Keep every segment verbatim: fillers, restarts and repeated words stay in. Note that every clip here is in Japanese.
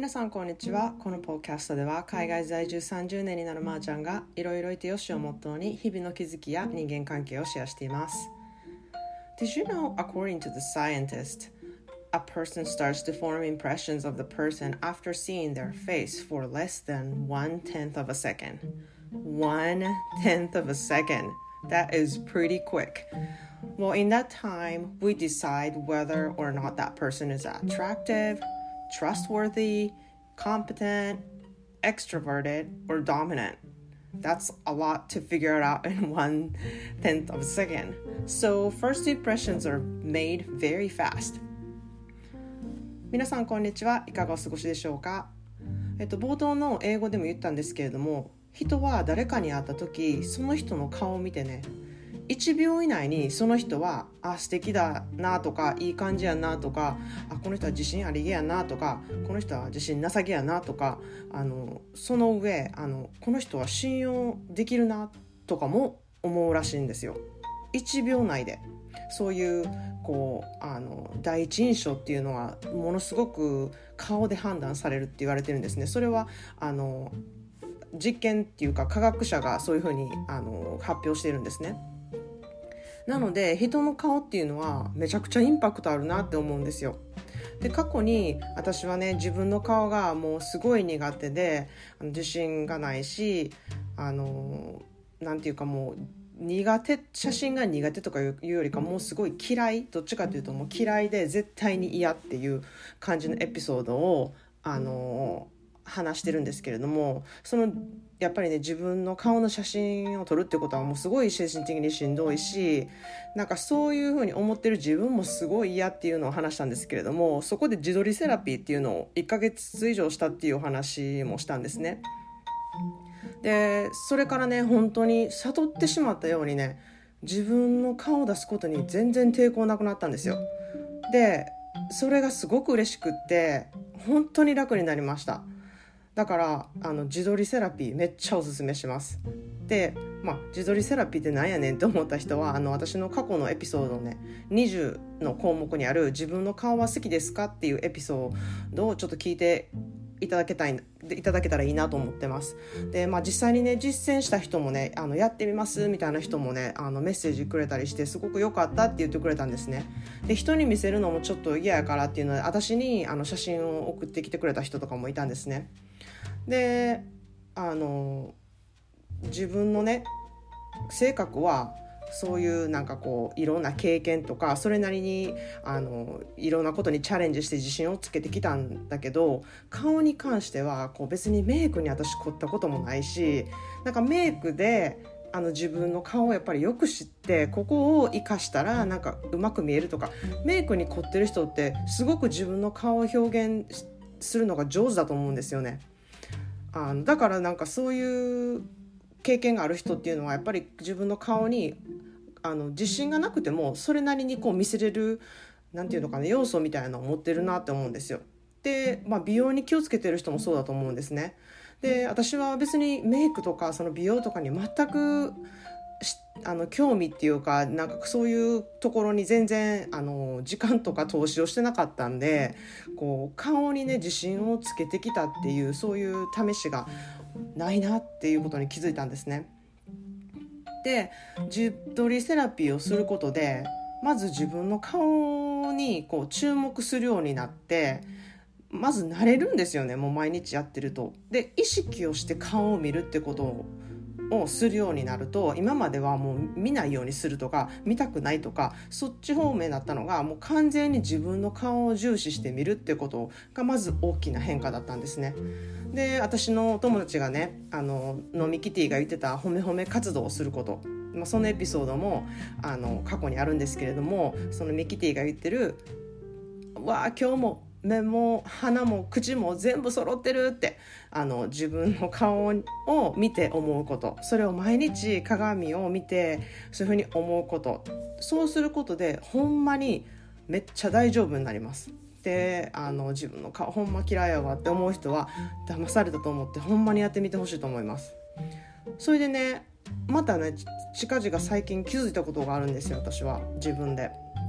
皆さんこんにちは。このポッドキャストでは海外在住さんじゅうねんになるまーちゃんがいろいろいてよしをモットーに日々の気づきや人間関係をシェアしています。 Did you know, according to the scientist, a person starts to form impressions of the person after seeing their face for less than one tenth of a second? One tenth of a second. That is pretty quick. Well, in that time, we decide whether or not that person is attractive, trustworthy, competent, extroverted, or dominant. That's a lot to figure it out in one tenth of a second. So first impressions are made very fast. 皆さんこんにちは。いかがお過ごしでしょうか。えっと冒頭の英語でも言ったんですけれども、人は誰かに会った時、その人の顔を見てね、いちびょう以内にその人はあ素敵だなとかいい感じやなとかあこの人は自信ありげやなとかこの人は自信なさげやなとかあのその上あのこの人は信用できるなとかも思うらしいんですよ。いちびょう内でそういうこうあの第一印象っていうのはものすごく顔で判断されるって言われてるんですね。それはあの実験っていうか科学者がそういうふうにあの発表しているんですね。なので人の顔っていうのはめちゃくちゃインパクトあるなって思うんですよ。で過去に私はね自分の顔がもうすごい苦手で自信がないしあのなんていうかもう苦手写真が苦手とかいうよりかもうすごい嫌いどっちかというともう嫌いで絶対に嫌っていう感じのエピソードをあの話してるんですけれども、そのやっぱりね自分の顔の写真を撮るってことはもうすごい精神的にしんどいし、なんかそういう風に思ってる自分もすごい嫌っていうのを話したんですけれども、そこで自撮りセラピーっていうのをいっかげつ以上したっていうお話もしたんですね。でそれからね本当に悟ってしまったようにね自分の顔を出すことに全然抵抗なくなったんですよ。でそれがすごく嬉しくって本当に楽になりました。だからあの自撮りセラピーめっちゃおすすめします。で、まあ、自撮りセラピーってなんやねんって思った人はあの私の過去のエピソードのねにじゅうの項目にある自分の顔は好きですかっていうエピソードをちょっと聞いていただけたいいただけたらいいなと思ってます。で、まあ、実際にね実践した人もねあのやってみますみたいな人もねあのメッセージくれたりしてすごく良かったって言ってくれたんですね。で人に見せるのもちょっと嫌やからっていうので私にあの写真を送ってきてくれた人とかもいたんですね。であの自分のね性格はそういうなんかこういろんな経験とかそれなりにあのいろんなことにチャレンジして自信をつけてきたんだけど、顔に関してはこう別にメイクに私凝ったこともないし、なんかメイクであの自分の顔をやっぱりよく知ってここを生かしたらなんかうまく見えるとか、メイクに凝ってる人ってすごく自分の顔を表現するのが上手だと思うんですよね。あのだからなんかそういう経験がある人っていうのはやっぱり自分の顔にあの自信がなくてもそれなりにこう見せれるなんていうのかな要素みたいなのを持ってるなって思うんですよ。で、まあ、美容に気をつけてる人もそうだと思うんですね。で私は別にメイクとかその美容とかに全くあの興味っていうかなんかそういうところに全然あの時間とか投資をしてなかったんで、こう顔にね自信をつけてきたっていうそういう試しがないなっていうことに気づいたんですね。で自撮りセラピーをすることでまず自分の顔にこう注目するようになってまず慣れるんですよね。もう毎日やってると。で意識をして顔を見るってことををするようになると、今まではもう見ないようにするとか見たくないとかそっち方面だったのがもう完全に自分の顔を重視して見るってことがまず大きな変化だったんですね。で私のお友達がねあののミキティが言ってた褒め褒め活動をすること、まあ、そのエピソードもあの過去にあるんですけれども、そのミキティが言ってるわあ今日も目も鼻も口も全部揃ってるってあの自分の顔を見て思うこと、それを毎日鏡を見てそういうふうに思うこと、そうすることでほんまにめっちゃ大丈夫になります。であの自分の顔ほんま嫌いやわって思う人は騙されたと思ってほんまにやってみてほしいと思います。それでねまたね近々最近気づいたことがあるんですよ。私は自分で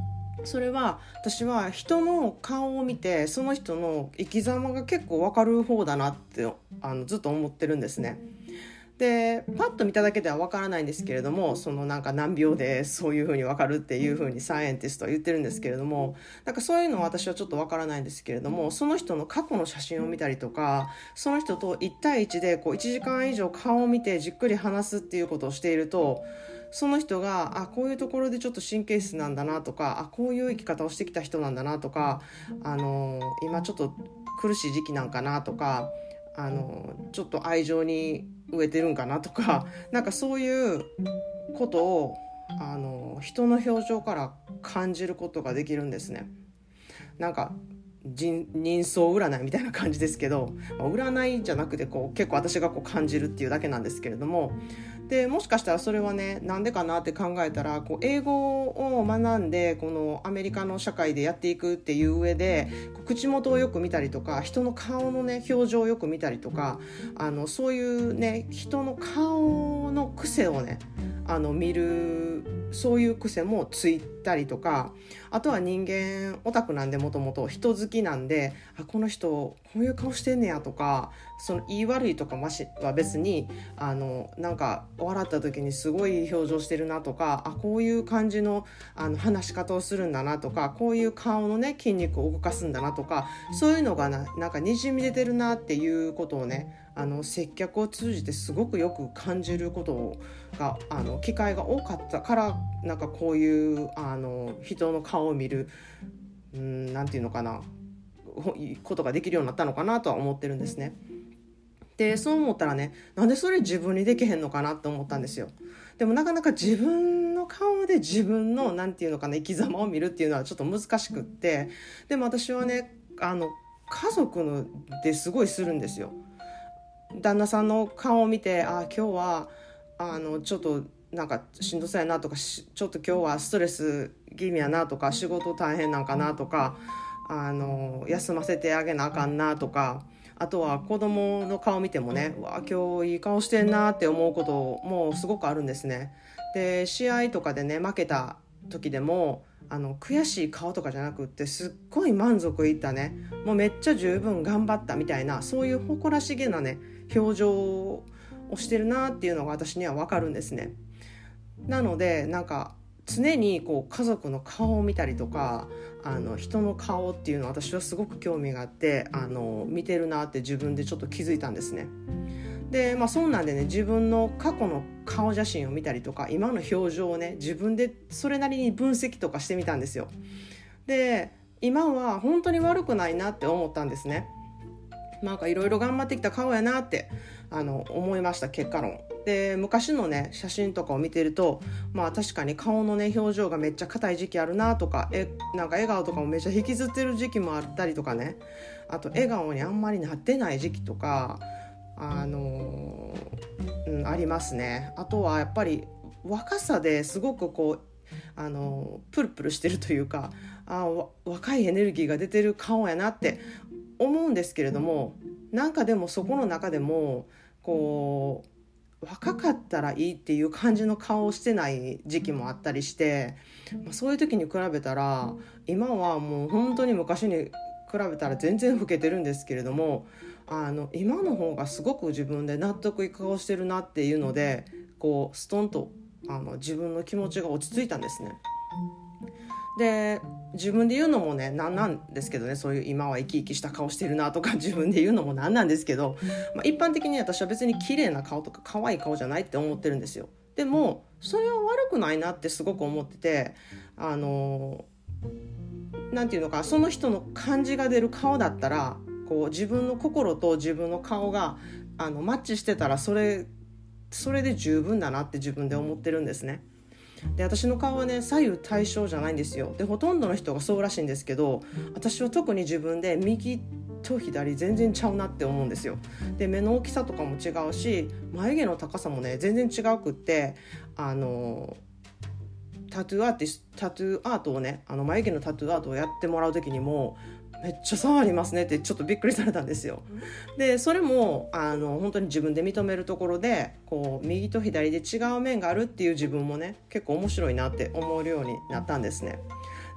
それは私は人の顔を見てその人の生き様が結構分かる方だなってあのずっと思ってるんですね。でパッと見ただけでは分からないんですけれども、そのなんか何秒でそういう風に分かるっていう風にサイエンティストは言ってるんですけれども、なんかそういうのは私はちょっと分からないんですけれども、その人の過去の写真を見たりとか、その人といち対いちでこういちじかん以上顔を見てじっくり話すっていうことをしていると、その人があこういうところでちょっと神経質なんだなとか、あこういう生き方をしてきた人なんだなとか、あの今ちょっと苦しい時期なんかなとか、あのちょっと愛情に飢えてるんかなとか、なんかそういうことをあの人の表情から感じることができるんですね。なんか人人相占いみたいな感じですけど、占いじゃなくてこう結構私がこう感じるっていうだけなんですけれども、でもしかしたらそれはねなんでかなって考えたら、こう英語を学んでこのアメリカの社会でやっていくっていう上で、口元をよく見たりとか、人の顔のね表情をよく見たりとか、あのそういうね人の顔の癖をねあの見る、そういう癖もついたりとか、あとは人間オタクなんで、もともと人好きなんで、あこの人こういう顔してんねやとか、その言い悪いとかましは別に、あのなんか笑った時にすごい表情してるなとか、あこういう感じの、あの話し方をするんだなとか、こういう顔のね筋肉を動かすんだなとか、そういうのが な, なんかにじみ出てるなっていうことをね、あの接客を通じてすごくよく感じることがあの機会が多かったから、なんかこういうあの人の顔を見る、うん、なんていうのかなことができるようになったのかなとは思ってるんですね。でそう思ったらね、なんでそれ自分にできへんのかなと思ったんですよ。でもなかなか自分の顔で自分のなんていうのかな生き様を見るっていうのはちょっと難しくって、でも私はねあの家族のですごいするんですよ。旦那さんの顔を見て、あ今日はあのちょっとなんかしんどそうやなとか、ちょっと今日はストレス気味やなとか、仕事大変なんかなとか、あの休ませてあげなあかんなとか、あとは子供の顔見てもね、うわ今日いい顔してんなって思うこともすごくあるんですね。で試合とかでね負けた時でも、あの悔しい顔とかじゃなくって、すっごい満足いったね、もうめっちゃ十分頑張ったみたいな、そういう誇らしげなね表情をしてるなっていうのが私には分かるんですね。なのでなんか常にこう家族の顔を見たりとか、あの人の顔っていうのは私はすごく興味があって、あの見てるなって自分でちょっと気づいたんですね。でまあそんなんでね、自分の過去の顔写真を見たりとか、今の表情をね自分でそれなりに分析とかしてみたんですよ。で今は本当に悪くないなって思ったんですね。なんかいろいろ頑張ってきた顔やなってあの思いました、結果論で。昔のね写真とかを見てると、まあ確かに顔のね表情がめっちゃ硬い時期あるなとか、えなんか笑顔とかもめっちゃ引きずってる時期もあったりとかね、あと笑顔にあんまりなってない時期とかあのーうん、ありますね。あとはやっぱり若さですごくこうあのプルプルしてるというか、あ若いエネルギーが出てる顔やなって思うんですけれども、なんかでもそこの中でもこう若かったらいいっていう感じの顔をしてない時期もあったりして、まあ、そういう時に比べたら今はもう本当に昔に比べたら全然老けてるんですけれども、あの今の方がすごく自分で納得いく顔してるなっていうので、こうストンとあの自分の気持ちが落ち着いたんですね。で自分で言うのもねなんなんですけどね、そういう今は生き生きした顔してるなとか自分で言うのもなんなんですけど、まあ、一般的に私は別に綺麗な顔とか可愛い顔じゃないって思ってるんですよ。でもそれは悪くないなってすごく思ってて、あのなんていうのか、その人の感じが出る顔だったら、こう自分の心と自分の顔があのマッチしてたら、それそれで十分だなって自分で思ってるんですね。で私の顔はね左右対称じゃないんですよ。でほとんどの人がそうらしいんですけど、私は特に自分で右と左全然ちゃうなって思うんですよ。で目の大きさとかも違うし、眉毛の高さもね全然違うくって、あのタトゥーアーティストタトゥーアートをねあの眉毛のタトゥーアートをやってもらう時にもめっちゃ差ありますねってちょっとびっくりされたんですよ。でそれもあの本当に自分で認めるところで、こう右と左で違う面があるっていう自分もね結構面白いなって思えるようになったんですね。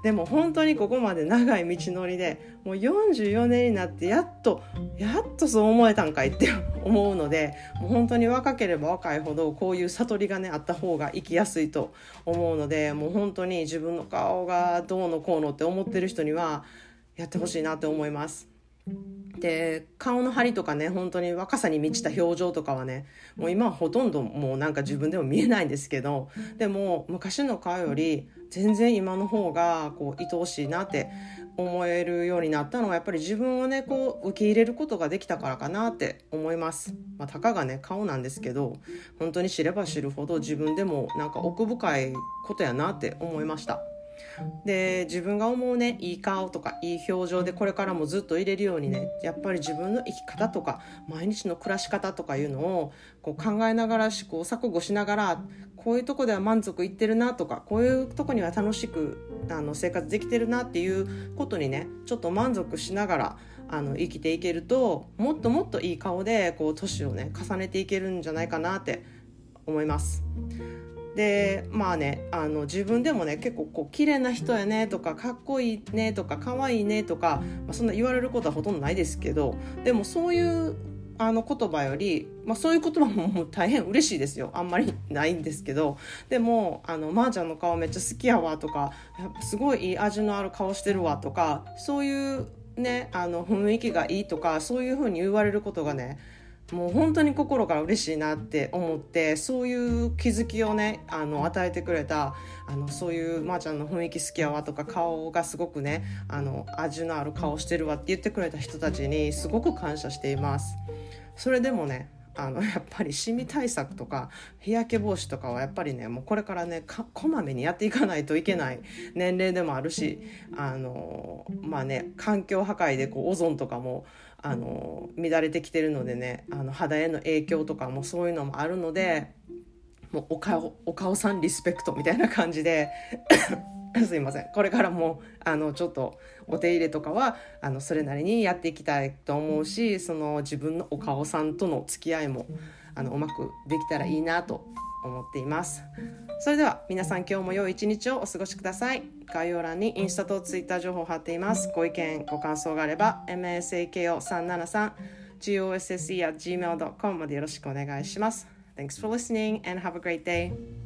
でも本当にここまで長い道のりでもうよんじゅうよねんになってやっとやっとそう思えたんかいって思うので、もう本当に若ければ若いほどこういう悟りがねあった方が生きやすいと思うので、もう本当に自分の顔がどうのこうのって思ってる人にはやってほしいなって思います。で、顔の張りとかね、本当に若さに満ちた表情とかはね、もう今はほとんどもうなんか自分でも見えないんですけど、でも昔の顔より全然今の方がこう愛おしいなって思えるようになったのは、やっぱり自分をねこう受け入れることができたからかなって思います。まあ、たかがね顔なんですけど、本当に知れば知るほど自分でもなんか奥深いことやなって思いました。で、自分が思うねいい顔とかいい表情でこれからもずっと入れるようにね、やっぱり自分の生き方とか毎日の暮らし方とかいうのをこう考えながら試行錯誤しながら、こういうとこでは満足いってるなとか、こういうとこには楽しくあの生活できてるなっていうことにねちょっと満足しながらあの生きていけると、もっともっといい顔でこう年をね重ねていけるんじゃないかなって思います。で、まあね、あの自分でもね結構こう綺麗な人やねとかかっこいいねとか可愛いねとか、まあ、そんな言われることはほとんどないですけど、でもそういうあの言葉より、まあ、そういう言葉ももう大変嬉しいですよ。あんまりないんですけど、でもあのまーちゃんの顔めっちゃ好きやわとか、やっぱすごいいい味のある顔してるわとか、そういうねあの雰囲気がいいとか、そういう風に言われることがねもう本当に心から嬉しいなって思って、そういう気づきをねあの与えてくれた、あのそういうまーちゃんの雰囲気好きやわとか、顔がすごくねあの味のある顔してるわって言ってくれた人たちにすごく感謝しています。それでもねあのやっぱりシミ対策とか日焼け防止とかはやっぱりねもうこれからねかこまめにやっていかないといけない年齢でもあるし、あのまあね環境破壊でこうオゾンとかもあの乱れてきてるのでね、あの肌への影響とかもそういうのもあるので、もうお顔お顔さんリスペクトみたいな感じですいません、これからもあのちょっとお手入れとかはあのそれなりにやっていきたいと思うし、その自分のお顔さんとの付き合いもあのうまくできたらいいなと思っています。それでは皆さん今日も良い一日をお過ごしください。概要欄にインスタとツイッター情報を貼っています。ご意見ご感想があれば エムエスエーケーオーさんななさん ジーオーエスエスイー アット ジーメール ドットコム までよろしくお願いします。Thanks for listening and have a great day.